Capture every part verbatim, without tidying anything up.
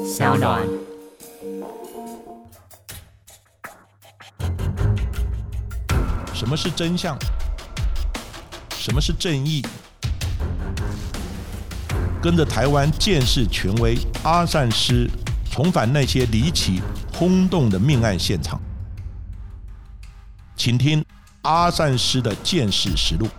小暖。 什么是真相？什么是正义？跟着台湾鉴识权威阿善师，重返那些离奇轰动的命案现场，请听阿善师的鉴识实录。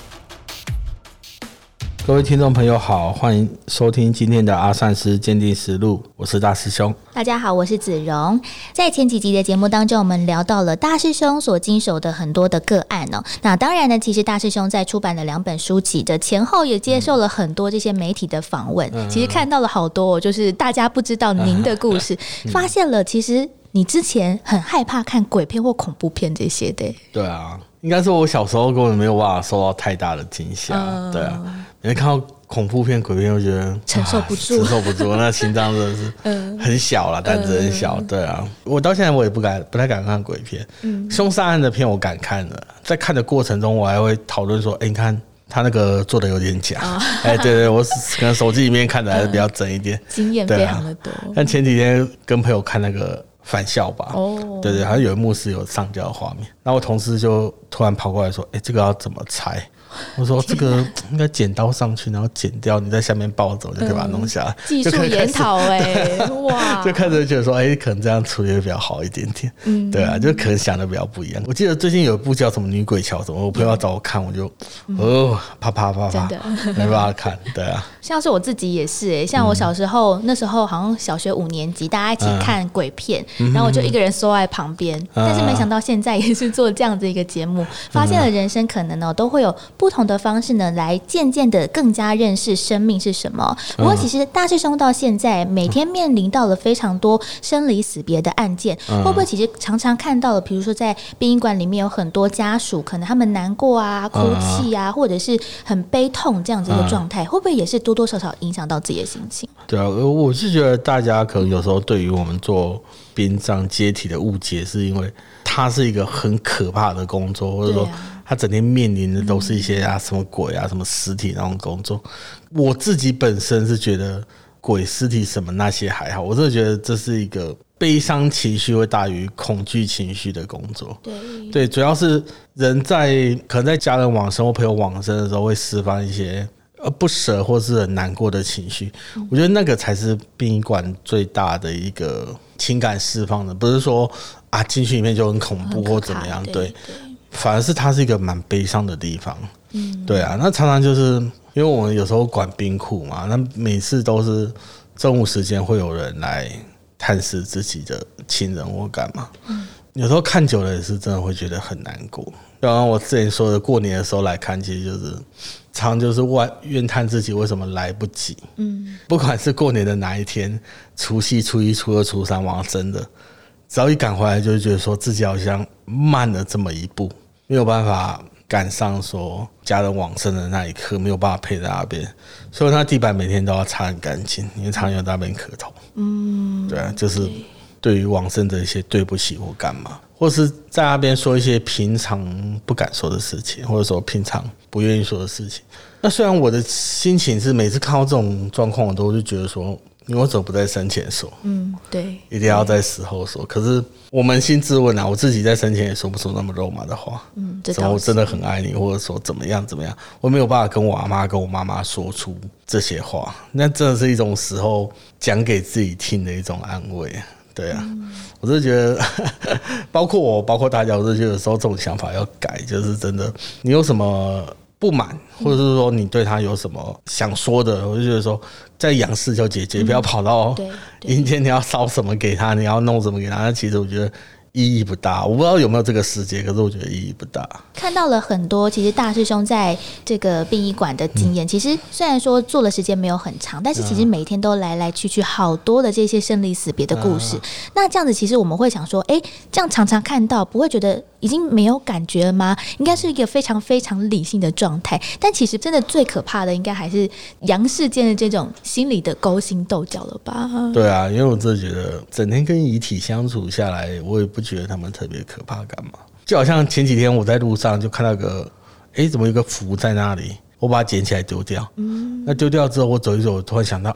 各位听众朋友好，欢迎收听今天的阿善师鉴定实录，我是大师兄。 大家好，我是子荣。在前几集的节目当中，我们聊到了大师兄所经手的很多的个案哦。那当然呢，其实大师兄在出版的两本书籍的前后也接受了很多这些媒体的访问，嗯、其实看到了好多、哦，就是大家不知道您的故事，嗯、发现了其实你之前很害怕看鬼片或恐怖片这些的。 对啊，应该是我小时候根本没有办法受到太大的惊吓、嗯。对啊，每次看到恐怖片、鬼片，我觉得承受不住， 承受不住，那心脏真的是很小啦，胆子很小。对啊，我到现在我也不敢，不太敢看鬼片。嗯，凶杀案的片我敢看的，在看的过程中，我还会讨论说：“哎、欸，你看他那个做的有点假。哦”哎、欸，对对，我可能手机里面看的还是比较真一点， 经验非常的多。 但前几天跟朋友看那个返校吧，哦，对对，好像有一幕是有上吊的画面，然后我同事就突然跑过来说：“哎、欸，这个要怎么拆？”我说这个应该剪刀上去，然后剪掉，你在下面抱走就可以把它弄下来。 技术研讨哎，哇！ 就开始觉得说，哎、欸，可能这样处理会比较好一点点。嗯，对啊，就可能想的比较不一样。我记得最近有一部叫什么《女鬼桥》什么，我朋友要找我看，我就、嗯、哦啪啪啪啪，真的没办法看。对啊， 像是我自己也是哎、欸，像我小时候、嗯、那时候好像小学五年级，大家一起看鬼片，嗯、然后我就一个人缩在旁边、嗯，但是没想到现在也是做这样子一个节目，嗯、发现了人生可能呢都会有不同的方式呢，来渐渐的更加认识生命是什么。不过其实大师兄到现在每天面临到了非常多生离死别的案件、嗯、会不会其实常常看到了，比如说在殡仪馆里面有很多家属，可能他们难过啊、哭泣啊、嗯、或者是很悲痛这样子一个状态、嗯、会不会也是多多少少影响到自己的心情？对啊， 我是觉得大家可能有时候对于我们做殡葬接体的误解，是因为它是一个很可怕的工作，或者说他整天面临的都是一些啊什么鬼啊什么尸体那种工作。我自己本身是觉得鬼尸体什么那些还好，我真的觉得这是一个悲伤情绪会大于恐惧情绪的工作。对对，主要是人在可能在家人往生或朋友往生的时候会释放一些不舍或是很难过的情绪，我觉得那个才是殡仪馆最大的一个情感释放的，不是说啊进去里面就很恐怖或怎么样。对，对反而是它是一个蛮悲伤的地方。嗯，对啊，那常常就是因为我们有时候管冰库嘛，那每次都是中午时间会有人来探视自己的亲人或干嘛。嗯，有时候看久了也是真的会觉得很难过。就像我之前说的，过年的时候来看，其实就是常常就是怨叹自己为什么来不及。嗯，不管是过年的哪一天，除夕、初一、初二、初三，往真的只要一赶回来，就会觉得说自己好像慢了这么一步，没有办法赶上说家人往生的那一刻，没有办法陪在那边，所以那地板每天都要擦很干净，因为常有那边磕头。嗯，对啊，就是对于往生的一些对不起或干嘛，或是在那边说一些平常不敢说的事情，或者说平常不愿意说的事情。那虽然我的心情是每次看到这种状况，我都会觉得说，你为什么不在生前说？嗯，对，一定要在死后说。可是我扪心自问啊，我自己在生前也说不出那么肉麻的话。嗯，什么我真的很爱你，或者说怎么样怎么样，我没有办法跟我阿妈跟我妈妈说出这些话。那真的是一种死后讲给自己听的一种安慰。对啊，嗯、我是觉得，包括我，包括大家，我是觉得有时候这种想法要改，就是真的，你有什么不满，或者是说你对他有什么想说的，我就觉得说，在杨氏就解决，不要跑到阴间你要烧什么给他，你要弄什么给他，那其实我觉得意义不大。我不知道有没有这个世界，可是我觉得意义不大。 看到了很多其实大师兄在这个殡仪馆的经验、嗯、其实虽然说做的时间没有很长，但是其实每天都来来去去好多的这些生离死别的故事、嗯、那这样子其实我们会想说，哎，这样常常看到不会觉得已经没有感觉了吗？应该是一个非常非常理性的状态，但其实真的最可怕的应该还是阳世间的这种心理的勾心斗角了吧。 对啊，因为我真的觉得整天跟遗体相处下来，我也不觉得他们特别可怕干嘛。就好像前几天我在路上就看到个，哎，怎么有个符在那里，我把它捡起来丢掉、嗯、那丢掉之后我走一走，我突然想到，哎，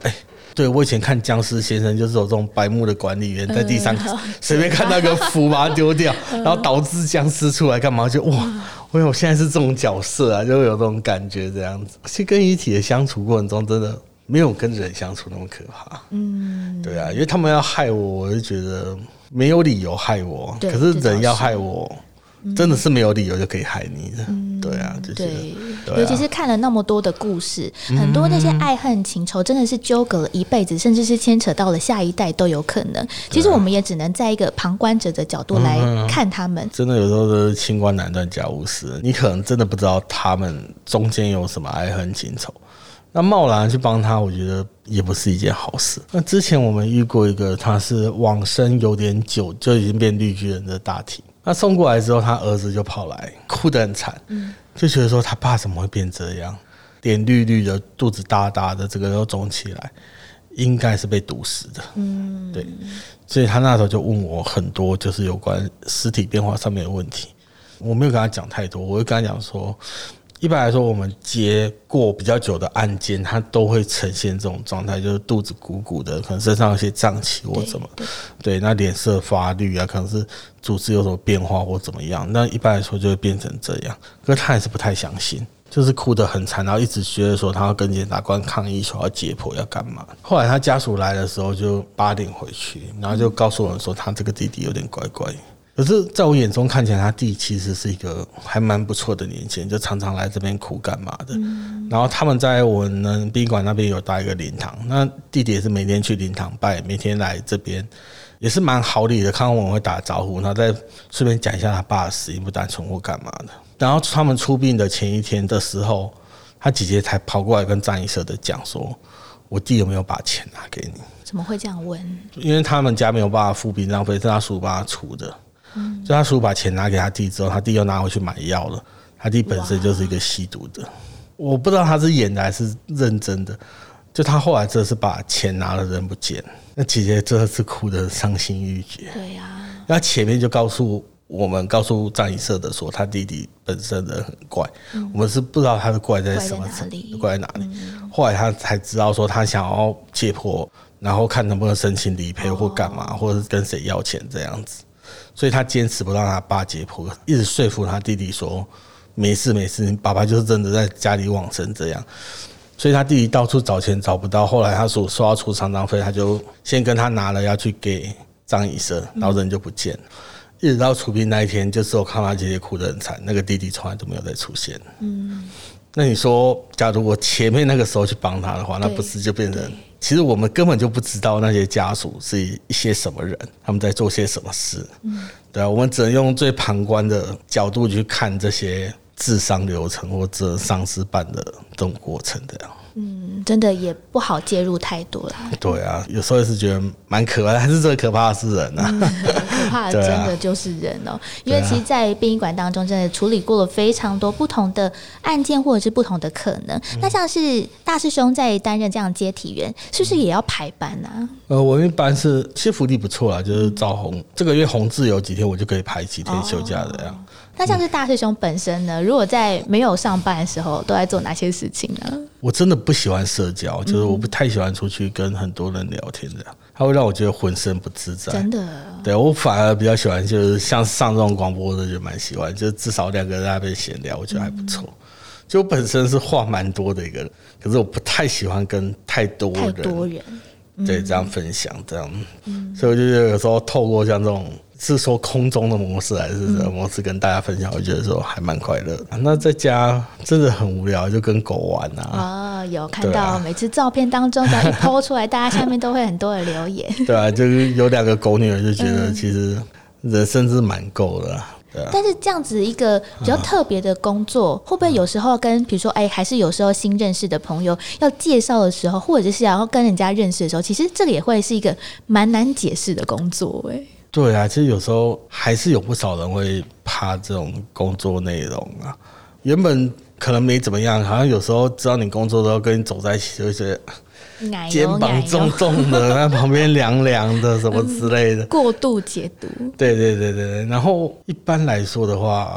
对，我以前看僵尸先生就是有这种白目的管理员在地上随便看到个符把它丢掉，然后导致僵尸出来干嘛，就哇，我现在是这种角色啊，就会有这种感觉这样子。其实跟遗体的相处过程中真的没有跟人相处那么可怕。嗯，对啊，因为他们要害我，我就觉得没有理由害我，可是人要害我真的是没有理由就可以害你的。嗯，对啊，就是对， 对啊， 尤其是看了那么多的故事，嗯，很多那些爱恨情仇真的是纠葛了一辈子，甚至是牵扯到了下一代都有可能。其实我们也只能在一个旁观者的角度来看他们。嗯， 真的有时候是清官难断家务事，你可能真的不知道他们中间有什么爱恨情仇。那贸然去帮他，我觉得也不是一件好事。那之前我们遇过一个，他是往生有点久，就已经变绿巨人的大体。那送过来之后，他儿子就跑来哭得很惨，嗯，就觉得说他爸怎么会变这样，脸绿绿的，肚子大大的，这个都肿起来，应该是被毒死的。嗯，对，所以他那时候就问我很多就是有关尸体变化上面的问题。我没有跟他讲太多，我会跟他讲说，一般来说我们接过比较久的案件，它都会呈现这种状态，就是肚子鼓鼓的，可能身上有些胀气或什么， 对, 对, 对，那脸色发绿啊，可能是组织有什么变化或怎么样，那一般来说就会变成这样。可是他还是不太相信，就是哭得很惨，然后一直觉得说他要跟检察官抗议，说要解剖要干嘛。后来他家属来的时候就八点回去，然后就告诉我们说他这个弟弟有点怪怪。可是在我眼中看起来他弟其实是一个还蛮不错的年轻人，就常常来这边哭干嘛的。嗯，然后他们在我们殡仪馆那边有搭一个灵堂，那弟弟也是每天去灵堂拜，每天来这边也是蛮好礼的，看到我们会打招呼，然后再顺便讲一下他爸的死因不单纯或干嘛的。然后他们出殡的前一天的时候，他姐姐才跑过来跟葬仪社的讲说，我弟有没有把钱拿给你？ 怎么会这样问？ 因为他们家没有办法付殡葬费，是他叔帮他出的。嗯，就他叔把钱拿给他弟之后，他弟又拿回去买药了。他弟本身就是一个吸毒的，我不知道他是演的还是认真的。就他后来真的是把钱拿了，人不见。那姐姐真的是哭得伤心欲绝。对呀、啊，那前面就告诉我们，告诉葬仪社的说，他弟弟本身人很怪、嗯，我们是不知道他的怪在什么程度，怪在哪里。嗯、后来他才知道说，他想要解剖，然后看能不能申请理赔或干嘛，哦、或者是跟谁要钱这样子。所以他坚持不让他爸解剖，一直说服他弟弟说没事没事，你爸爸就是真的在家里往生这样。所以他弟弟到处找钱找不到，后来他说说要出丧葬费，他就先跟他拿了要去给葬仪社，然后人就不见了。嗯、一直到出殡那一天，就是我看他姐姐哭得很惨，那个弟弟从来都没有再出现。嗯，那你说，假如我前面那个时候去帮他的话，那不是就变成？其实我们根本就不知道那些家属是一些什么人，他们在做些什么事。嗯，对啊，我们只能用最旁观的角度去看这些治丧流程或者丧事办的这种过程这样。嗯， 真的也不好介入太多啦。 对啊，有时候也是觉得蛮可怕的，还是最可怕的是人啊。嗯、 可怕的真的就是人哦、喔啊，因为其实，在殡仪馆当中，真的处理过了非常多不同的案件，或者是不同的可能。嗯、那像是大师兄在担任这样接体员，是不是也要排班啊？ 呃，我一般是其实福利不错啦，就是照红、嗯、这个月红字有几天，我就可以排几天休假的样。哦， 那像是大师兄本身呢，如果在没有上班的时候，都在做哪些事情呢？ 我真的不喜欢社交，就是我不太喜欢出去跟很多人聊天这样，它会让我觉得浑身不自在。真的，对，我反而比较喜欢，就是像上这种广播的就蛮喜欢，就是至少两个人在那边闲聊，我觉得还不错。嗯，就我本身是话蛮多的一个人，可是我不太喜欢跟太多人，太多人，对，这样分享这样，嗯、所以我就觉得有时候透过像这种。是说空中的模式还是什么模式跟大家分享，我觉得说还蛮快乐的。那在家真的很无聊，就跟狗玩啊。哦，有看到每次照片当中，只要一 po 出来，大家下面都会很多的留言。对啊，就是有两个狗女儿就觉得其实人生是蛮够的。对啊，但是这样子一个比较特别的工作，会不会有时候跟比如说哎，还是有时候新认识的朋友要介绍的时候，或者是要跟人家认识的时候，其实这个也会是一个蛮难解释的工作哎。对啊，其实有时候还是有不少人会怕这种工作内容啊。原本可能没怎么样，好像有时候知道你工作都要跟你走在一起，就会觉得肩膀重重的，那旁边凉凉的什么之类的，过度解读。对对对对，然后一般来说的话，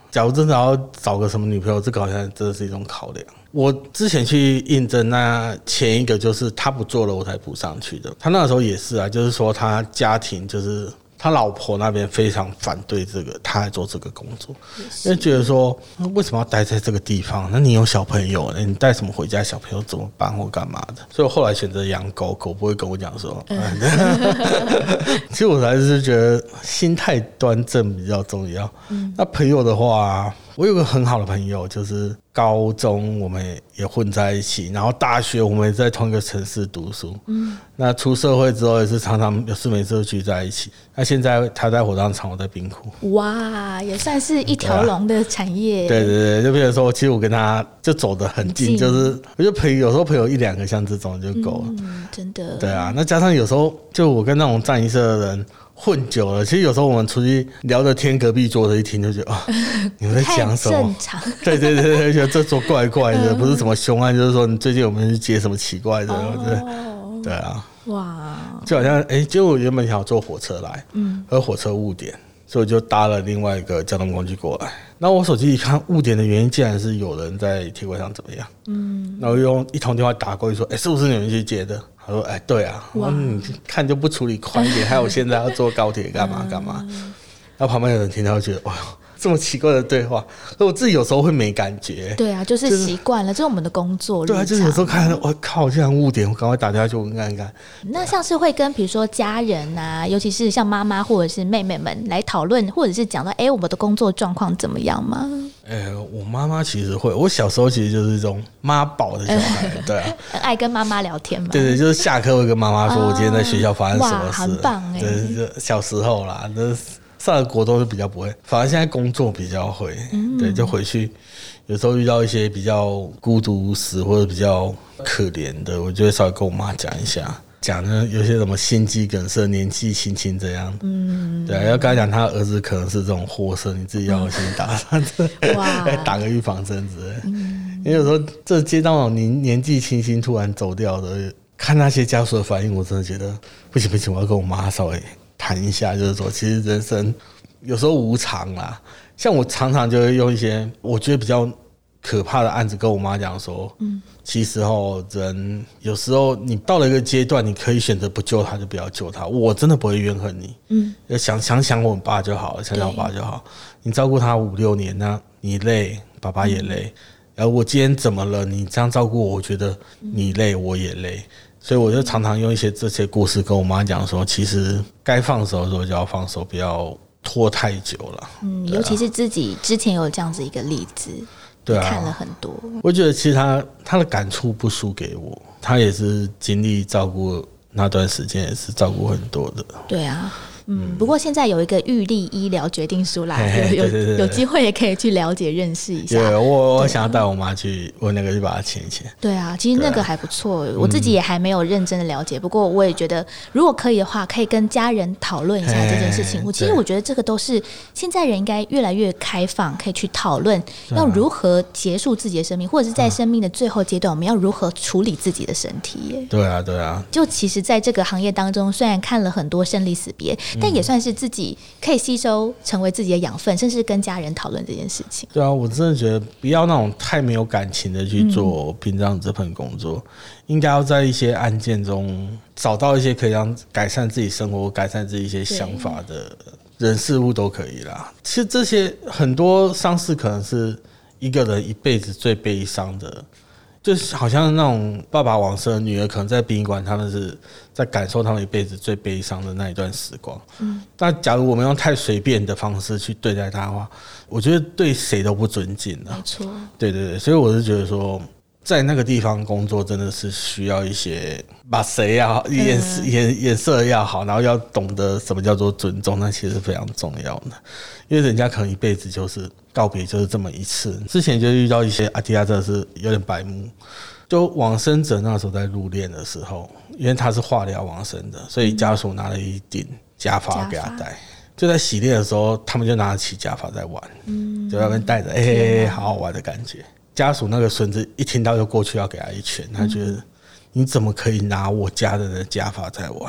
假如真的要找个什么女朋友，这个好像真的是一种考量。我之前去应征，那前一个就是他不做了，我才补上去的。他那个时候也是啊，就是说他家庭就是他老婆那边非常反对这个，他来做这个工作，因为觉得说为什么要待在这个地方？那你有小朋友，你带什么回家？小朋友怎么办或干嘛的？所以我后来选择养狗，狗不会跟我讲说。嗯、其实我还是觉得心态端正比较重要。嗯、那朋友的话，我有个很好的朋友，就是高中我们也混在一起，然后大学我们也在同一个城市读书。嗯，那出社会之后也是常常有事没事聚在一起。那现在他在火葬场，我在冰库。 哇，也算是一条龙的产业。 对对对，就比如说，其实我跟他就走得很近，很近就是我就朋友有时候朋友一两个像这种就够了。 嗯，真的。 对啊，那加上有时候就我跟那种葬仪社的人混久了，其实有时候我们出去聊着天，隔壁桌的一听就觉得啊、哦，你们在讲什么？ 正常。 对对对对，觉得这桌怪怪的，不是什么凶案，就是说你最近有没有去接什么奇怪的？哦、对啊，哇，就好像哎，就我原本想坐火车来，嗯，而火车误点，所以我就搭了另外一个交通工具过来。然后我手机一看误点的原因，竟然是有人在铁轨上怎么样？嗯，然后用一通电话打过去说，哎，是不是你们去接的？他说：“哎，对啊，你看就不处理快一点，还有现在要坐高铁干嘛干嘛。”然后旁边有人听到觉得，哇，这么奇怪的对话，所以我自己有时候会没感觉。 对啊，就是习惯了，就是、这是我们的工作。 对啊，就是有时候看，我靠，竟然误点，我赶快打电话去问看看。 那像是会跟比如说家人啊，尤其是像妈妈或者是妹妹们来讨论，或者是讲到，哎、欸，我们的工作状况怎么样吗？ 哎、欸，我妈妈其实会，我小时候其实就是这种妈宝的小孩，对啊， 很爱跟妈妈聊天嘛。 对对，就是下课会跟妈妈说，我今天在学校发生什么事， 很棒哎、 欸。对，小时候啦，那上了国中就比较不会，反而现在工作比较会。嗯、对，就回去有时候遇到一些比较孤独无死或者比较可怜的，我就会稍微跟我妈讲一下。讲呢，有些什么心肌梗塞、年纪轻轻这样，嗯，对啊，要跟他讲他儿子可能是这种货色，你自己要先打上，哇，打个预防针之类的。嗯，因为有时候这接到那种年年纪轻轻突然走掉的，看那些家属的反应，我真的觉得不行不行，我要跟我妈稍微谈一下，就是说，其实人生有时候无常啦。像我常常就会用一些我觉得比较可怕的案子跟我妈讲说，嗯，其实哦，人有时候你到了一个阶段，你可以选择不救他，就不要救他。我真的不会怨恨你，嗯，想想想我爸就好了，想想我爸就好。你照顾他五六年，那你累，爸爸也累。然后我今天怎么了？你这样照顾我，我觉得你累，我也累。所以我就常常用一些这些故事跟我妈讲说，其实该放手的时候就要放手，不要拖太久了。嗯， 尤其是自己之前有这样子一个例子。对啊，看了很多， 我觉得其实他他的感触不输给我，他也是经历照顾那段时间，也是照顾很多的。 对啊，嗯，不过现在有一个预立医疗决定书啦，有有有机会也可以去了解认识一下。 对，我我想要带我妈去，我那个去把它签一签。 对啊，其实那个还不错，我自己也还没有认真的了解。不过我也觉得，如果可以的话，可以跟家人讨论一下这件事情。我其实我觉得这个都是现在人应该越来越开放，可以去讨论要如何结束自己的生命，或者是在生命的最后阶段，我们要如何处理自己的身体耶。 对啊，对啊。 就其实，在这个行业当中，虽然看了很多生离死别。但也算是自己可以吸收成为自己的养分，甚至跟家人讨论这件事情。 对啊，我真的觉得不要那种太没有感情的去做殡葬这份工作，嗯、应该要在一些案件中找到一些可以让改善自己生活、改善自己一些想法的人事物都可以啦。其实这些很多丧事可能是一个人一辈子最悲伤的。就是好像那种爸爸往生的女儿，可能在殡仪馆，他们是在感受他们一辈子最悲伤的那一段时光。嗯，但假如我们用太随便的方式去对待他的话，我觉得对谁都不尊敬了。 没错， 对对对，所以我是觉得说，在那个地方工作真的是需要一些把谁要眼眼眼色要好，然后要懂得什么叫做尊重，那其实是非常重要的。因为人家可能一辈子就是告别就是这么一次。之前就遇到一些阿迪亚真的是有点白目，就往生者那时候在入殓的时候，因为他是化疗往生的，所以家属拿了一顶假发给他戴。就在洗殓的时候，他们就拿起假发在玩，嗯，就在那边戴着，哎、欸，好好玩的感觉。家属那个孙子一听到就过去要给他一拳，他觉得你怎么可以拿我家人的假发在玩？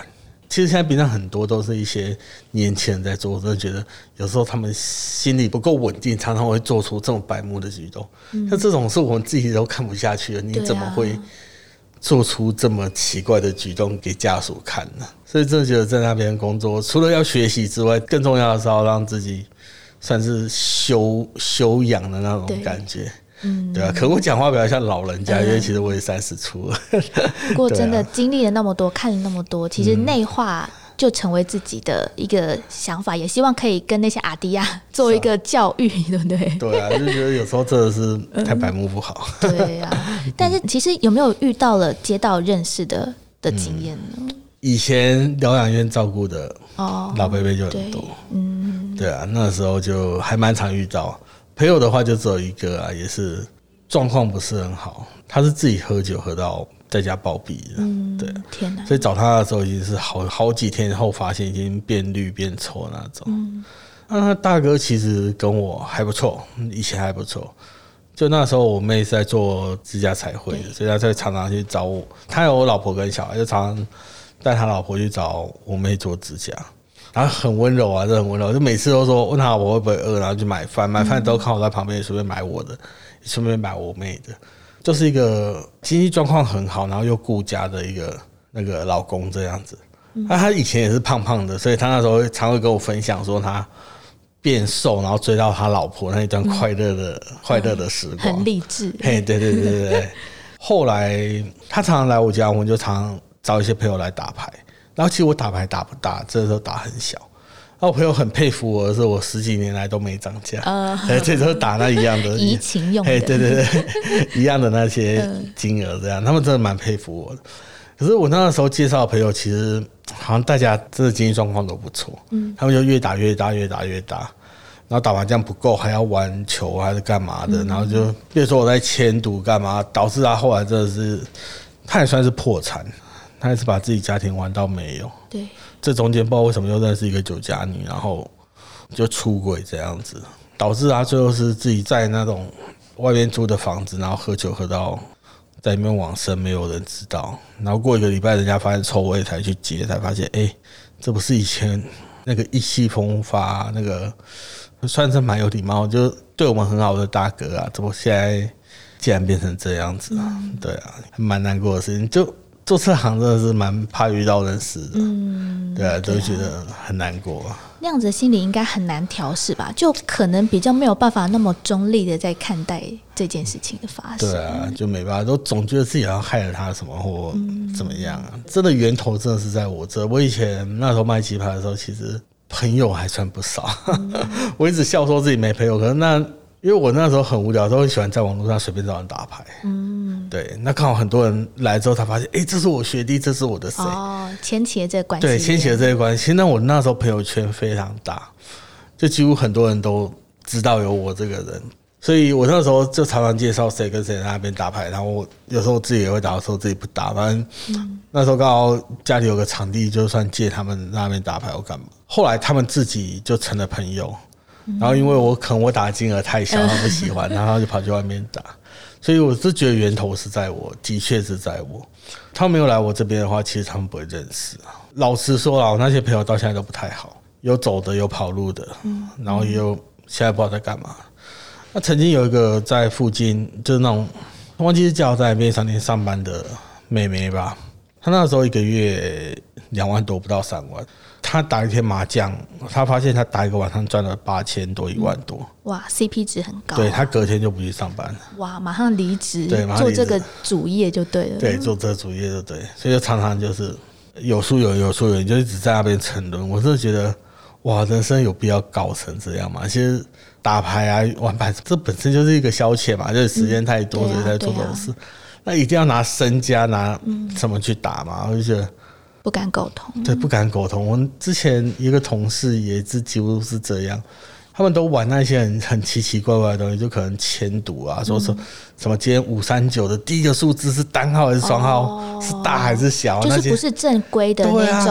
其实现在槟榔很多都是一些年轻人在做，我真的觉得有时候他们心里不够稳定，常常会做出这种白目的举动。像、嗯、这种是我们自己都看不下去了，你怎么会做出这么奇怪的举动给家属看呢？所以真的觉得在那边工作，除了要学习之外，更重要的是要让自己算是修修养的那种感觉。嗯，对啊，可能我讲话比较像老人家，嗯、因为其实我也三十出了。 不过真的经历了那么多，看了那么多，其实内化就成为自己的一个想法，嗯、也希望可以跟那些阿弟啊做一个教育，对不对？ 对啊，就觉得有时候真的是太白目不好。 嗯、对啊，但是其实有没有遇到了街道认识的的经验呢？嗯、 以前疗养院照顾的老伯伯就很多，嗯，对啊，那时候就还蛮常遇到。朋友的话就只有一个啊，也是状况不是很好，他是自己喝酒喝到在家暴毙的，嗯，对， 天哪！ 所以找他的时候已经是好好几天后发现已经变绿变臭那种。嗯，那他大哥其实跟我还不错，以前还不错。就那时候我妹是在做指甲彩绘的，所以他就常常去找我。他有我老婆跟小孩，就常常带他老婆去找我妹做指甲。然后很温柔啊，真的很温柔，就每次都说问他我会不会饿，然后去买饭，买饭都看我在旁边，也顺便买我的，也顺便买我妹的，就是一个经济状况很好，然后又顾家的一个那个老公这样子。那、嗯、他以前也是胖胖的，所以他那时候常会跟我分享说他变瘦，然后追到他老婆那一段快乐的、嗯、快乐的时光， 很励志。 嘿，对对对对对。后来他常常来我家，我们就常常找一些朋友来打牌。然后其实我打牌打不大，这时候打很小。然后我朋友很佩服我的是，我十几年来都没涨价，呃，这都是打那一样的怡情用的， 对对对，一样的那些金额这样，他们真的蛮佩服我的。可是我那个时候介绍的朋友，其实好像大家真的经济状况都不错，嗯，他们就越打越大，越打越大。然后打麻将不够，还要玩球还是干嘛的，嗯、然后就比如说我在签赌干嘛，导致他后来真的是，他也算是破产。他也是把自己家庭玩到没有， 对， 这中间不知道为什么又认识一个酒家女，然后就出轨这样子，导致他最后是自己在那种外面租的房子，然后喝酒喝到在里面往生，没有人知道。然后过一个礼拜，人家发现臭味才去接，才发现，哎、欸，这不是以前那个意气风发，那个算是蛮有礼貌，就对我们很好的大哥啊，怎么现在竟然变成这样子啊？嗯、对啊，蛮难过的事情。就做这行真的是蛮怕遇到人死的，嗯，对啊，都觉得很难过。 那样子的心理应该很难调试吧？就可能比较没有办法那么中立的在看待这件事情的发生。 对啊，就没办法，都总觉得自己好像害了他什么或怎么样啊。嗯、真的源头真的是在我这。我以前那时候卖鸡排的时候，其实朋友还算不少。嗯、我一直笑说自己没朋友，可是那。因为我那时候很无聊，都很喜欢在网络上随便找人打牌。嗯，对，那刚好很多人来之后，他发现，哎、欸，这是我学弟，这是我的谁？ 哦，牵起了这个关系。 对，牵起了这个关系。那我那时候朋友圈非常大，就几乎很多人都知道有我这个人，所以我那时候就常常介绍谁跟谁在那边打牌，然后我有时候自己也会打，有时候自己不打，反正、嗯、那时候刚好家里有个场地，就算借他们那边打牌我干嘛。后来他们自己就成了朋友。然后因为我可能我打的金额太小，他不喜欢，然后他就跑去外面打，所以我是觉得源头是在我，的确是在我。他们没有来我这边的话，其实他们不会认识。老实说啦，我那些朋友到现在都不太好，有走的，有跑路的，然后也有现在不知道在干嘛。那曾经有一个在附近，就是那种忘记是叫在便利商店上班的妹妹吧，她那时候一个月两万多，不到三万。他打一天麻将，他发现他打一个晚上赚了八千多一万多、嗯， 哇 ，C P 值很高、啊。 对，他隔天就不去上班了， 哇，马上离职， 对， 做这个主业就对了。 对，做这个主业就对，所以就常常就是有输有有输有赢，就一直在那边沉沦。我真的觉得，哇，人生有必要搞成这样吗？其实打牌啊、玩牌，这本身就是一个消遣嘛，就是时间太多，所以在做这种事。啊啊、那一定要拿身家拿什么去打嘛？我就觉得。 不敢沟通， 对，不敢沟通。我之前一个同事也是几乎是这样，他们都玩那些很很奇奇怪怪的东西，就可能签赌啊，说说什么今天五三九的第一个数字是单号还是双号，哦、是大还是小， 就是不是正规的那种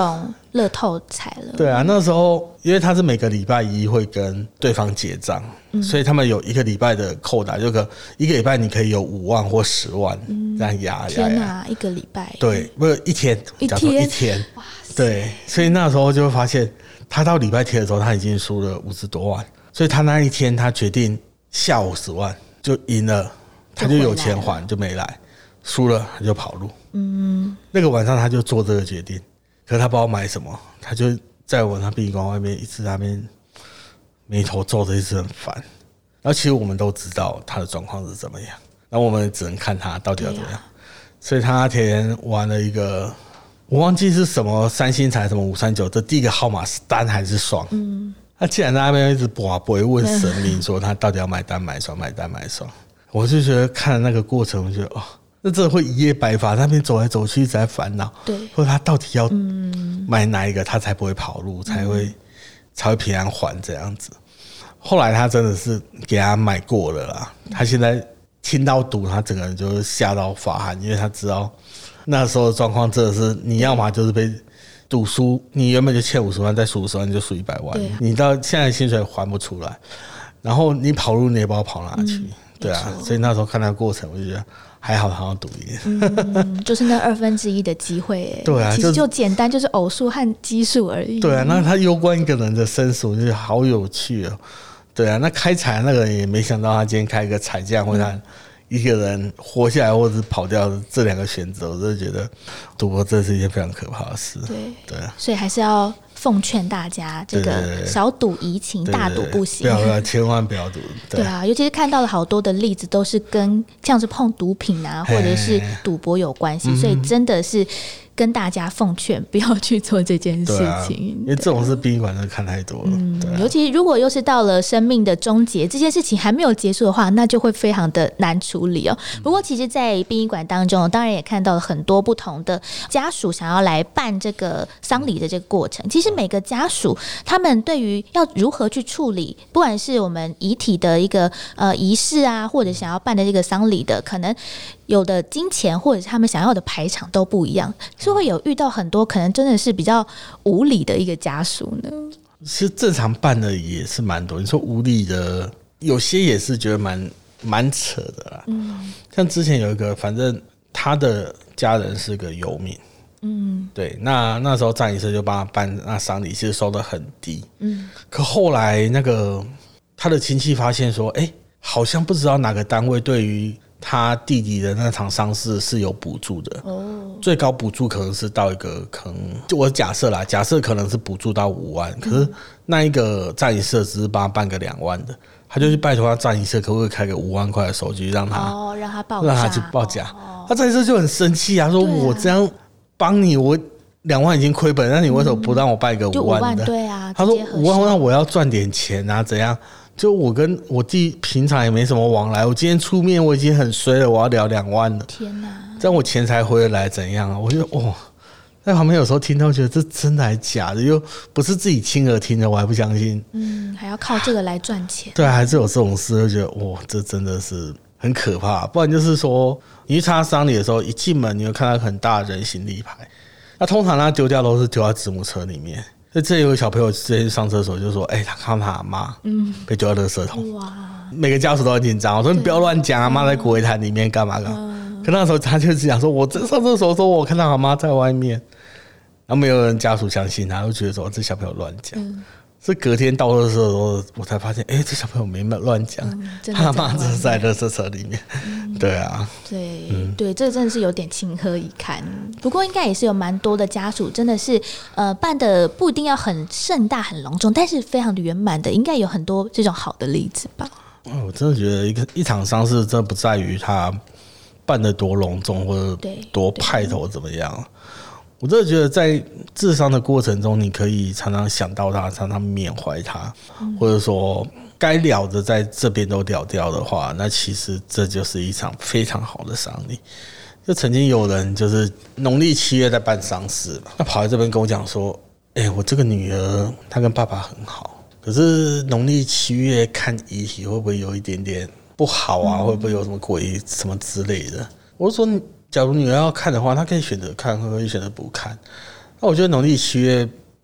乐透彩了。 对啊，那时候因为他是每个礼拜一会跟对方结账、嗯，所以他们有一个礼拜的扣打，就个一个礼拜你可以有五万或十万、嗯、这样压。 天哪，一个礼拜？ 对，不是一天， 一天， 一天。对，所以那时候就会发现，他到礼拜天的时候他已经输了五十多万，所以他那一天他决定下五十万就赢了，他就有钱还，就没来。输了他就跑路。嗯，那个晚上他就做这个决定，可是他不知道买什么，他就在我那殡仪馆外面一直在那边眉头皱着，一直很烦。然后其实我们都知道他的状况是怎么样，然后我们只能看他到底要怎么样。所以他那天玩了一个，我忘记是什么三星彩什么五三九，这第一个号码是单还是双？嗯，他竟然在那边一直拔不会问神明说他到底要买单买双买单买双。我就觉得看了那个过程，我觉得哦。那真的会一夜白发，那边走来走去一直在烦恼， 对， 或者他到底要买哪一个，他才不会跑路，嗯、才会才会平安还这样子。后来他真的是给他买过了啦，他现在听到赌，他整个人就吓到发汗，因为他知道那时候的状况真的是，你要嘛就是被赌输，你原本就欠五十万，再输五十万你就输一百万，你到现在薪水还不出来，然后你跑路你也不知道跑哪去，嗯、对啊，所以那时候看那个过程，我就觉得。还好他要赌赢、 嗯，就是那二分之一的机会、欸， 对啊， 其实就简单，就是偶数和奇数而已。 对啊，那他攸关一个人的生死，我觉得好有趣哦。对啊，那开彩那个人也没想到他今天开一个彩价会让一个人活下来或者是跑掉的这两个选择，我真的觉得赌博真是一件非常可怕的事。 对对啊， 所以还是要奉劝大家，这个少赌怡情，大赌不行。 不要不要，千万不要赌。 对啊，尤其是看到了好多的例子，都是跟像是碰毒品啊，或者是赌博有关系，所以真的是。跟大家奉劝不要去做这件事情、啊、 因为这种事殡仪馆真的看太多了、嗯啊、 尤其如果又是到了生命的终结，这件事情还没有结束的话，那就会非常的难处理哦。不过其实在殡仪馆当中当然也看到了很多不同的家属想要来办这个丧礼的这个过程，其实每个家属他们对于要如何去处理不管是我们遗体的一个呃仪式啊，或者想要办的这个丧礼的，可能有的金钱或者是他们想要的排场都不一样，是会有遇到很多可能真的是比较无理的一个家属呢。 其实正常办的也是蛮多，你说无理的，有些也是觉得蛮蛮扯的啦。嗯，像之前有一个，反正他的家人是个游民，嗯，对，那那时候葬仪社就帮他办那丧礼，其实收得很低，嗯，可后来那个他的亲戚发现说，哎、欸，好像不知道哪个单位对于他弟弟的那场丧事是有补助的，哦，最高补助可能是到一个可能，就我假设啦，假设可能是补助到五万，可是那一个葬仪社只是帮他办个两万的，他就去拜托他葬仪社可不可以开个五万块的手续让他， 哦，让他报让他去报价，哦，他葬仪社就很生气啊，说我这样帮你，我两万已经亏本，那你为什么不让我办一个五万的？ 嗯，对啊， 他说五万那我要赚点钱啊，怎样？就我跟我弟平常也没什么往来，我今天出面我已经很衰了，我要聊两万了， 天哪！ 这样我钱才回来怎样啊？我觉得哇，在旁边有时候听到觉得这真的还假的，又不是自己亲耳听的，我还不相信。 嗯，还要靠这个来赚钱。 对，还是有这种事，就觉得哇，这真的是很可怕。不然就是说，你去参加丧礼的时候，一进门你会看到很大的人形立牌，那通常他丢掉都是丢在子母车里面。所以这有个小朋友之前去上厕所就说，哎、欸，他看到他阿妈被丢到垃圾桶，哇！每个家属都很紧张，我说你不要乱讲，阿妈在骨灰坛里面干嘛干嘛。嗯、可那时候他就讲说，我在上厕所说我看到阿妈在外面，然后没有人家属相信他，就觉得说这小朋友乱讲。嗯，是隔天到垃圾的时候，我才发现，哎、欸，这小朋友没乱讲，嗯、他妈真的在垃圾车里面。嗯、对啊， 对、嗯、对，这真的是有点情何以堪。不过应该也是有蛮多的家属，真的是呃办的不一定要很盛大、很隆重，但是非常的圆满的，应该有很多这种好的例子吧。 我真的觉得一个一场丧事，真的不在于他办得多隆重或者多派头怎么样。我真的觉得在治丧的过程中，你可以常常想到他，常常缅怀他，嗯、或者说该了的在这边都了掉的话，那其实这就是一场非常好的丧礼。就曾经有人就是农历七月在办丧事嘛，那跑来这边跟我讲说，哎、欸，我这个女儿她跟爸爸很好，可是农历七月看遗体会不会有一点点不好啊？嗯、会不会有什么鬼什么之类的？我说，假如女儿要看的话，她可以选择看，或者选择不看。那我觉得农历七月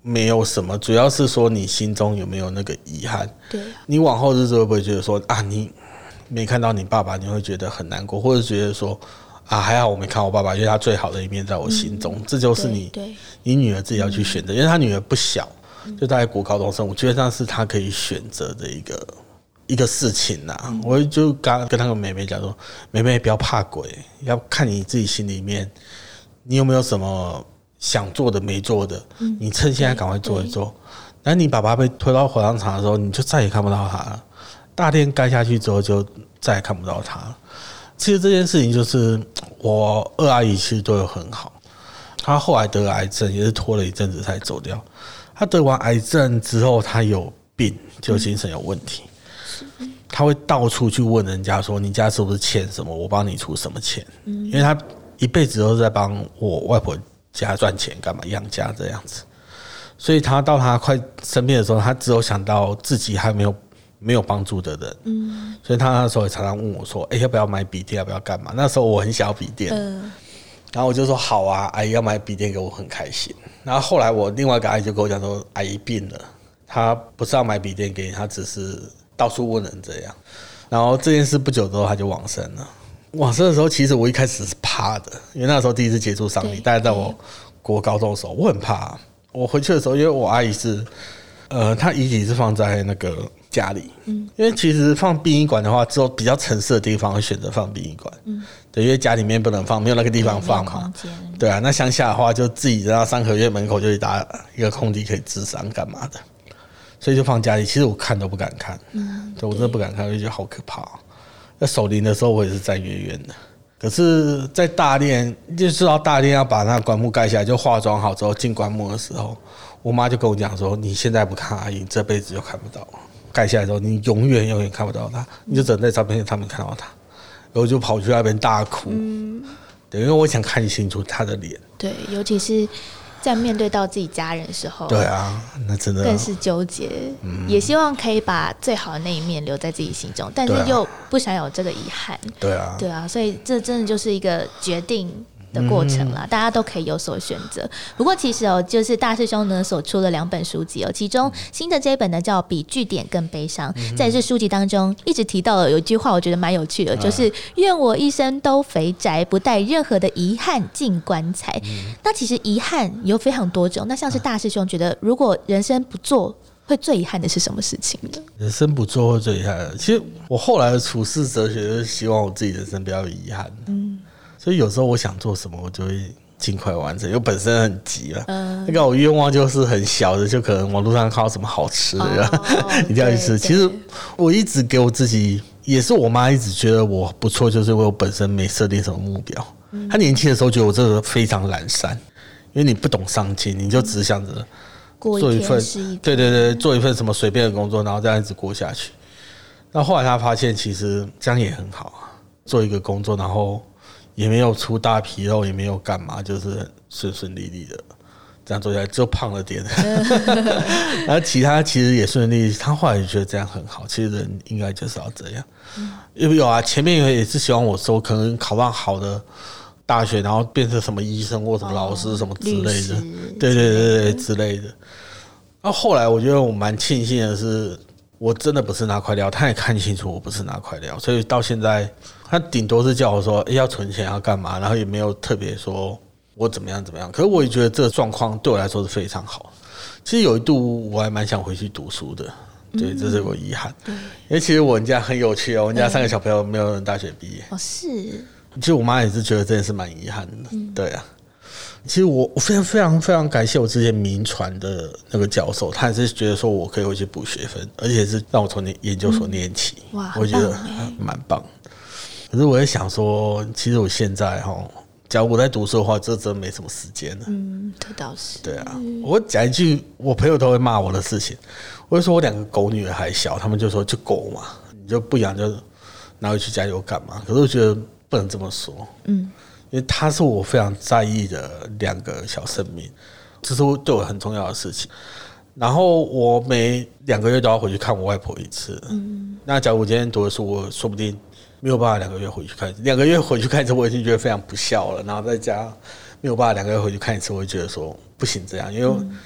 没有什么，主要是说你心中有没有那个遗憾。 对、啊， 你往后日子会不会觉得说啊，你没看到你爸爸，你会觉得很难过，或者觉得说啊，还好我没看我爸爸，因为他最好的一面在我心中。嗯、这就是你你女儿自己要去选择，嗯、因为她女儿不小，就大概国高中生，我觉得那是她可以选择的一个一个事情呐、啊。嗯、我就刚跟那个妹妹讲说，妹妹不要怕鬼，要看你自己心里面，你有没有什么想做的没做的，嗯、你趁现在赶快做一做。那你爸爸被推到火葬场的时候，你就再也看不到他了。大殿盖下去之后，就再也看不到他了。其实这件事情就是我二阿姨其实对我很好，她后来得了癌症，也是拖了一阵子才走掉。她得完癌症之后，她有病，就精神有问题。她会到处去问人家说：“你家是不是欠什么？我帮你出什么钱？”因为她一辈子都是在帮我外婆家赚钱，干嘛养家这样子。所以她到她快生病的时候，她只有想到自己还没有没有帮助的人。嗯，所以她那时候也常常问我说：“哎、欸，要不要买笔电？要不要干嘛？”那时候我很想要笔电。嗯，然后我就说好啊，阿姨要买笔电给我很开心。然后后来我另外一个阿姨就跟我讲说，阿姨病了，她不是要买笔电给你，她只是到处问人这样。然后这件事不久之后她就往生了。往生的时候，其实我一开始是怕的，因为那时候第一次接触丧礼，大概在我国高中的时候，我很怕。我回去的时候，因为我阿姨是，呃，她遗体是放在那个家里，嗯，因为其实放殡仪馆的话，只有比较城市的地方会选择放殡仪馆，嗯，对，因为家里面不能放，没有那个地方放嘛，对啊，那乡下的话，就自己在三合院门口就一大一个空地可以治丧干嘛的，所以就放家里。其实我看都不敢看，嗯，对我真的不敢看，我就觉得好可怕、哦。在守灵的时候，我也是站远远的。可是，在大殿就知道大殿要把那个棺木盖下来，就化妆好之后进棺木的时候，我妈就跟我讲说：“你现在不看阿姨，这辈子就看不到了。盖下来之后，你永远永远看不到她，你就只能在照片上面看到她。”然后就跑去那边大哭，嗯，对，因为我想看清楚她的脸。 对，尤其是在面对到自己家人的时候， 对啊，那真的更是纠结、嗯。也希望可以把最好的那一面留在自己心中，但是又不想有这个遗憾。 对啊， 对啊，所以这真的就是一个决定的过程啦、嗯，大家都可以有所选择。不过其实哦，就是大师兄呢所出了两本书籍哦，其中新的这一本呢叫《比句点更悲伤》。嗯、在这书籍当中，一直提到了有一句话，我觉得蛮有趣的，就是“愿我一生都肥宅，不带任何的遗憾进棺材”嗯。那其实遗憾有非常多种，那像是大师兄觉得，如果人生不做，会最遗憾的是什么事情呢？ 人生不做会最遗憾的，其实我后来的处世哲学就是希望我自己人生不要有遗憾。嗯。所以有时候我想做什么，我就会尽快完成，因为本身很急了。嗯，那个我愿望就是很小的，就可能网络上看到什么好吃的，哦、一定要去吃。其实我一直给我自己，也是我妈一直觉得我不错，就是因为我本身没设定什么目标。嗯、她年轻的时候觉得我这个非常懒散，因为你不懂上进，你就只想着做一份，对对对，做一份什么随便的工作，然后这样一直过下去。那后来她发现，其实这样也很好啊，做一个工作，然后也没有出大皮肉，也没有干嘛，就是顺顺利利的这样做下来，就胖了点。然后其他其实也顺利，他后来也觉得这样很好。其实人应该就是要这样。因为有啊，前面也是希望我说可能考上好的大学，然后变成什么医生或什么老师什么之类的，对对对对之类的。然后后来我觉得我蛮庆幸的是，我真的不是那块料，他也看清楚我不是那块料，所以到现在他顶多是叫我说、欸、要存钱要干嘛，然后也没有特别说我怎么样怎么样。可是我也觉得这个状况对我来说是非常好。其实有一度我还蛮想回去读书的，对，这是我遗憾。因为其实我们家很有趣哦，我们家三个小朋友没有人大学毕业。哦，是。其实我妈也是觉得这件事蛮遗憾的，嗯、对啊。其实我我非常非常非常感谢我之前民传的那个教授，他也是觉得说我可以回去补学分，而且是让我从研究所念起，嗯、哇，我觉得蛮棒的。可是我也想说，其实我现在哈，假如我在读书的话，这真没什么时间了。 嗯，这倒是。 对啊，我讲一句我朋友都会骂我的事情，我就说我两个狗女儿还小，他们就说就狗嘛，你就不养就拿回去家里又干嘛？可是我觉得不能这么说，嗯。因为他是我非常在意的两个小生命，这是对我很重要的事情。然后我每两个月都要回去看我外婆一次。嗯，那假如我今天读的书，我说不定没有办法两个月回去看，两个月回去看一次，我已经觉得非常不孝了。然后再加没有办法两个月回去看一次，我会觉得说不行这样，因为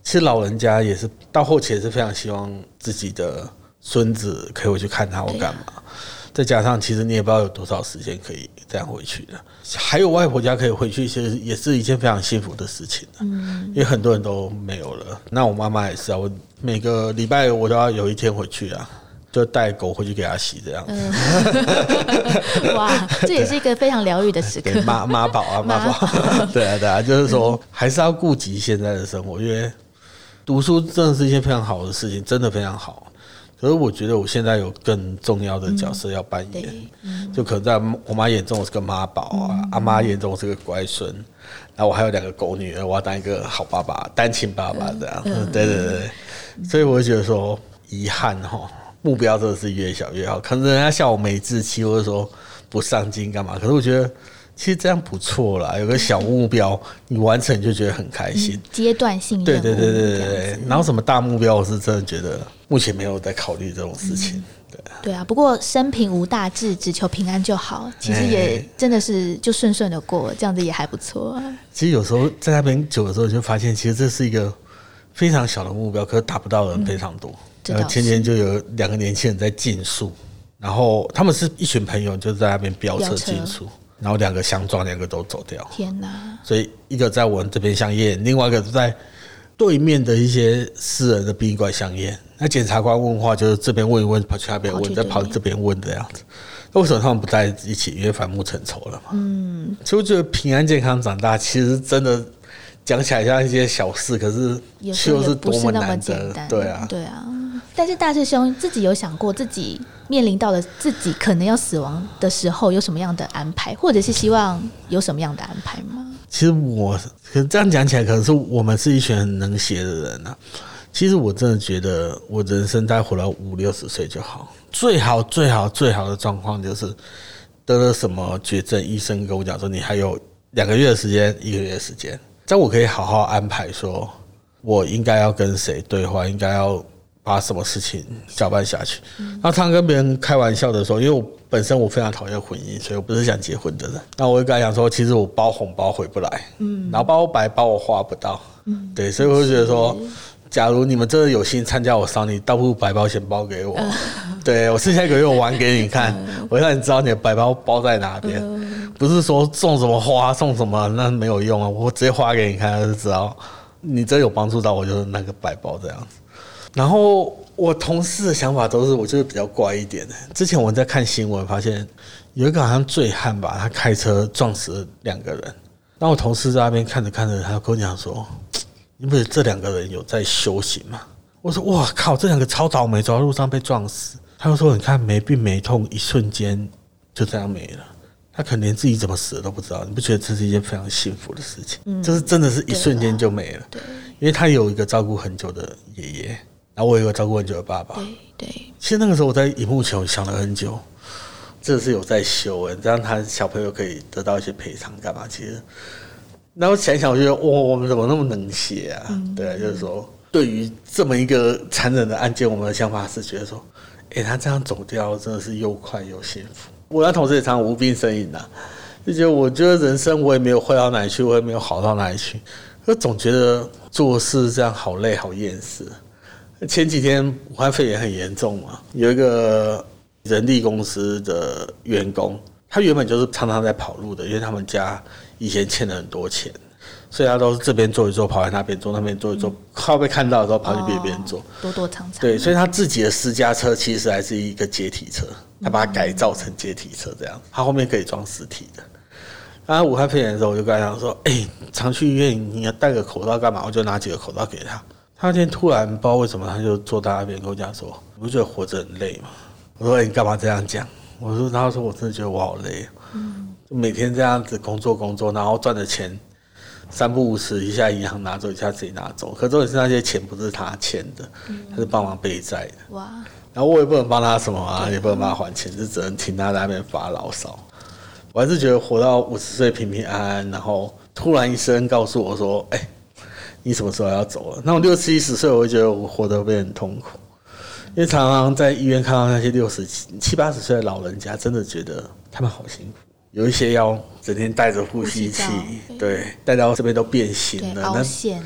其实老人家也是到后期也是非常希望自己的孙子可以回去看他或干嘛，啊、再加上其实你也不知道有多少时间可以这样回去的，还有外婆家可以回去，其实也是一件非常幸福的事情、啊、嗯，因为很多人都没有了。那我妈妈也是啊，我每个礼拜我都要有一天回去啊。就带狗回去给他洗这样子、 嗯、哇，这也是一个非常疗愈的时刻。 妈妈宝啊，妈宝，对啊对啊，就是说还是要顾及现在的生活，因为读书真的是一件非常好的事情，真的非常好。可是我觉得我现在有更重要的角色要扮演，嗯、就可能在我妈眼中我是个妈宝啊，嗯、阿妈眼中我是个乖孙，然后我还有两个狗女儿，我要当一个好爸爸，单亲爸爸这样。嗯、对对对，所以我就觉得说遗憾哈。目标真的是越小越好，可能人家笑我没志气，或者说不上进干嘛？可是我觉得其实这样不错啦，有个小目标，你完成就觉得很开心。阶、 嗯、段性任务， 对对对对对。然后什么大目标，我是真的觉得目前没有在考虑这种事情。嗯、对对啊，不过生平无大志，只求平安就好。其实也真的是就顺顺的过，这样子也还不错、啊。 其实有时候在那边久的时候，你就发现其实这是一个非常小的目标，可是达不到的人非常多。嗯呃，前年就有两个年轻人在竞速，然后他们是一群朋友，就在那边飙车竞速，然后两个相撞，两个都走掉。 天哪！ 所以一个在我们这边相验，另外一个在对面的一些私人的殡仪馆相验。那检察官问话，就是这边问一问，跑去那边问，再跑这边问这样子。那为什么他们不在一起？因为反目成仇了嘛。嗯，所以我觉得平安健康长大，其实真的讲起来像一些小事，可是却是多么难得。对啊， 对啊。但是大师兄自己有想过自己面临到的自己可能要死亡的时候有什么样的安排，或者是希望有什么样的安排吗？ 其实我可这样讲起来，可能是我们是一群很能写的人啊。其实我真的觉得我人生大概活到五六十岁就好，最好最好最好的状况就是得了什么绝症，医生跟我讲说你还有两个月的时间，一个月的时间，这样我可以好好安排说我应该要跟谁对话，应该要把什么事情搅拌下去。然后常常跟别人开玩笑的时候，因为我本身我非常讨厌婚姻，所以我不是想结婚的人。那我就跟他讲说，其实我包红包回不来，嗯，然后包白包我花不到，嗯，对，所以我就觉得说，假如你们真的有心参加我丧礼，倒不如白包先包给我，嗯、对我剩下一个月我玩给你看，嗯、我让你知道你的白包包在哪边，嗯、不是说送什么花送什么那没有用啊，我直接花给你看就知道你真有帮助到我，就是那个白包这样子。然后我同事的想法都是，我就是比较怪一点的。之前我在看新闻，发现有一个好像醉汉吧，他开车撞死了两个人。然后我同事在那边看着看着，他跟我讲说：“你不是这两个人有在修行吗？”我说：“哇靠，这两个超倒霉，走在路上被撞死。”他就说：“你看没病没痛，一瞬间就这样没了。他可能连自己怎么死的都不知道。你不觉得这是一件非常幸福的事情？嗯，就是真的是一瞬间就没了。对，因为他有一个照顾很久的爷爷。”然后我有一个照顾很久的爸爸， 对对。 其实那个时候我在荧幕前我想了很久，这是有在修诶，这样他小朋友可以得到一些赔偿干嘛？其实，然后想一想，我觉得哇，我们怎么那么能写啊？嗯、对啊，就是说，对于这么一个残忍的案件，我们的想法是觉得说，哎，他这样走掉真的是又快又幸福。我那同时也常常无病呻吟啊，就觉得我觉得人生我也没有坏到哪里去，我也没有好到哪里去，可总觉得做事这样好累好厌世。前几天武汉肺炎很严重嘛，有一个人力公司的员工，他原本就是常常在跑路的，因为他们家以前欠了很多钱，所以他都是这边做一做，跑在那边做，那边做一做，快要被看到的时候跑去别边做， 躲躲藏藏。 对，所以他自己的私家车其实还是一个接体车，他把它改造成接体车这样，他后面可以装尸体的。然后武汉肺炎的时候，我就跟他讲说：“哎、欸，常去医院，你要戴个口罩干嘛？”我就拿几个口罩给他。他那天突然不知道为什么，他就坐在那边跟我讲说：“你不觉得活着很累吗？”我说：“欸、你干嘛这样讲？”我说：“他说我真的觉得我好累，嗯，就每天这样子工作工作，然后赚的钱三不五时，一下银行拿走，一下自己拿走。可重点是那些钱不是他欠的，嗯、他是帮忙背债的。哇！然后我也不能帮他什么啊，也不能帮他还钱，就只能听他在那边发牢骚。我还是觉得活到五十岁平平安安，然后突然一声告诉我说：‘哎、欸。’你什么时候要走了？那我六七十岁，我会觉得我活得会很痛苦，因为常常在医院看到那些六十七八十岁的老人家，真的觉得他们好辛苦。有一些要整天带着呼吸器，对，带到这边都变形了， 凹陷，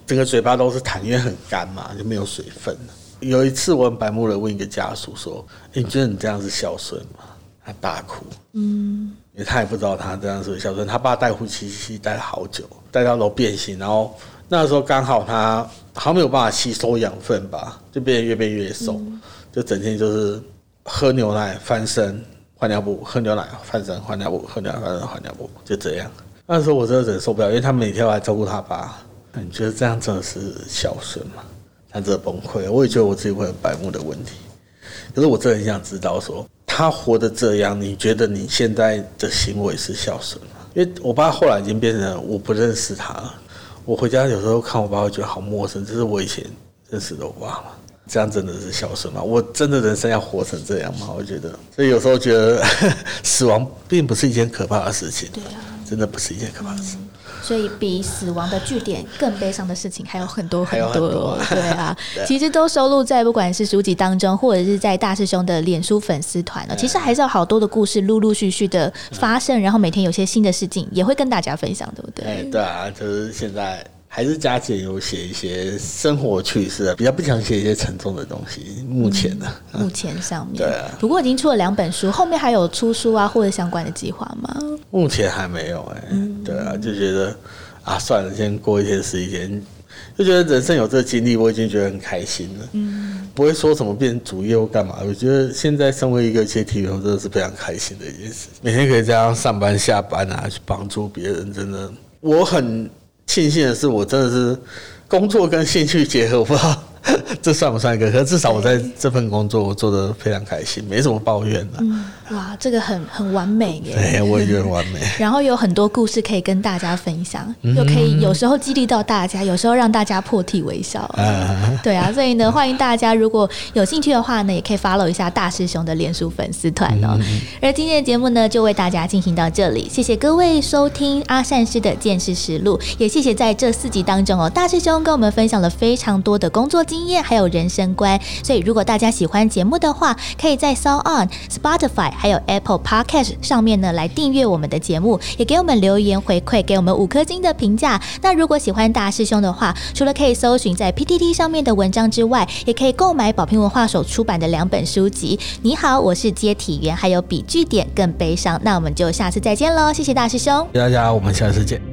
整个嘴巴都是痰，因为很干嘛，就没有水分。有一次我很白目的问一个家属说：“欸、你觉得你这样是孝顺吗？”他大哭，嗯，因为他也不知道他这样是孝顺。他爸带呼吸器带了好久，带到都变形，然后那时候刚好他好像没有办法吸收养分吧，就变得越变越瘦，嗯、就整天就是喝牛奶翻身换尿布，喝牛奶翻身换尿布，喝牛奶翻身换尿布，就这样。那时候我真的忍受不了，因为他每天都来照顾他爸。你觉得这样真的是孝顺吗？他真的崩溃。我也觉得我自己会有白目的问题，可是我真的很想知道说，他活得这样，你觉得你现在的行为是孝顺吗？因为我爸后来已经变成我不认识他了，我回家有时候看我爸会觉得好陌生，这是我以前认识的我爸吗？这样真的是孝顺吗？我真的人生要活成这样吗？我觉得，所以有时候觉得死亡并不是一件可怕的事情，对啊，真的不是一件可怕的事。嗯， 所以比死亡的据点更悲伤的事情还有很多很多，很多对啊，其实都收录在不管是书籍当中，或者是在大师兄的脸书粉丝团，其实还是有好多的故事陆陆续续的发生，然后每天有些新的事情也会跟大家分享，对不对？ 哎，对啊，就是现在还是加减有写一些生活趣事，比较不想写一些沉重的东西。目前呢、 嗯，目前上面， 对啊。 不过已经出了两本书，后面还有出书啊或者相关的计划吗？ 目前还没有哎、欸嗯，对啊，就觉得啊，算了，先过一天是一天，就觉得人生有这个经历，我已经觉得很开心了。嗯，不会说什么变主业或干嘛。我觉得现在身为一个接体员，我真的是非常开心的一件事，每天可以这样上班下班啊，去帮助别人，真的，我很庆幸的是，我真的是工作跟兴趣结合，我不知道这算不算一个，可是至少我在这份工作我做得非常开心，没什么抱怨啦、 嗯、哇，这个很很完美耶， 对，我也觉得很完美然后有很多故事可以跟大家分享、嗯、又可以有时候激励到大家，有时候让大家破涕为笑、啊、对啊，所以呢欢迎大家如果有兴趣的话呢，也可以 follow 一下大师兄的脸书粉丝团哦、嗯。而今天的节目呢就为大家进行到这里，谢谢各位收听阿善师的见识实录，也谢谢在这四集当中哦，大师兄跟我们分享了非常多的工作经验还有人生观，所以如果大家喜欢节目的话，可以在 SoundOn、Spotify 还有 Apple Podcast 上面呢来订阅我们的节目，也给我们留言回馈，给我们五颗星的评价。那如果喜欢大师兄的话，除了可以搜寻在 P T T 上面的文章之外，也可以购买宝瓶文化所出版的两本书籍。你好，我是接体员，还有比句点更悲伤。那我们就下次再见咯，谢谢大师兄， 谢谢大家，我们下次见。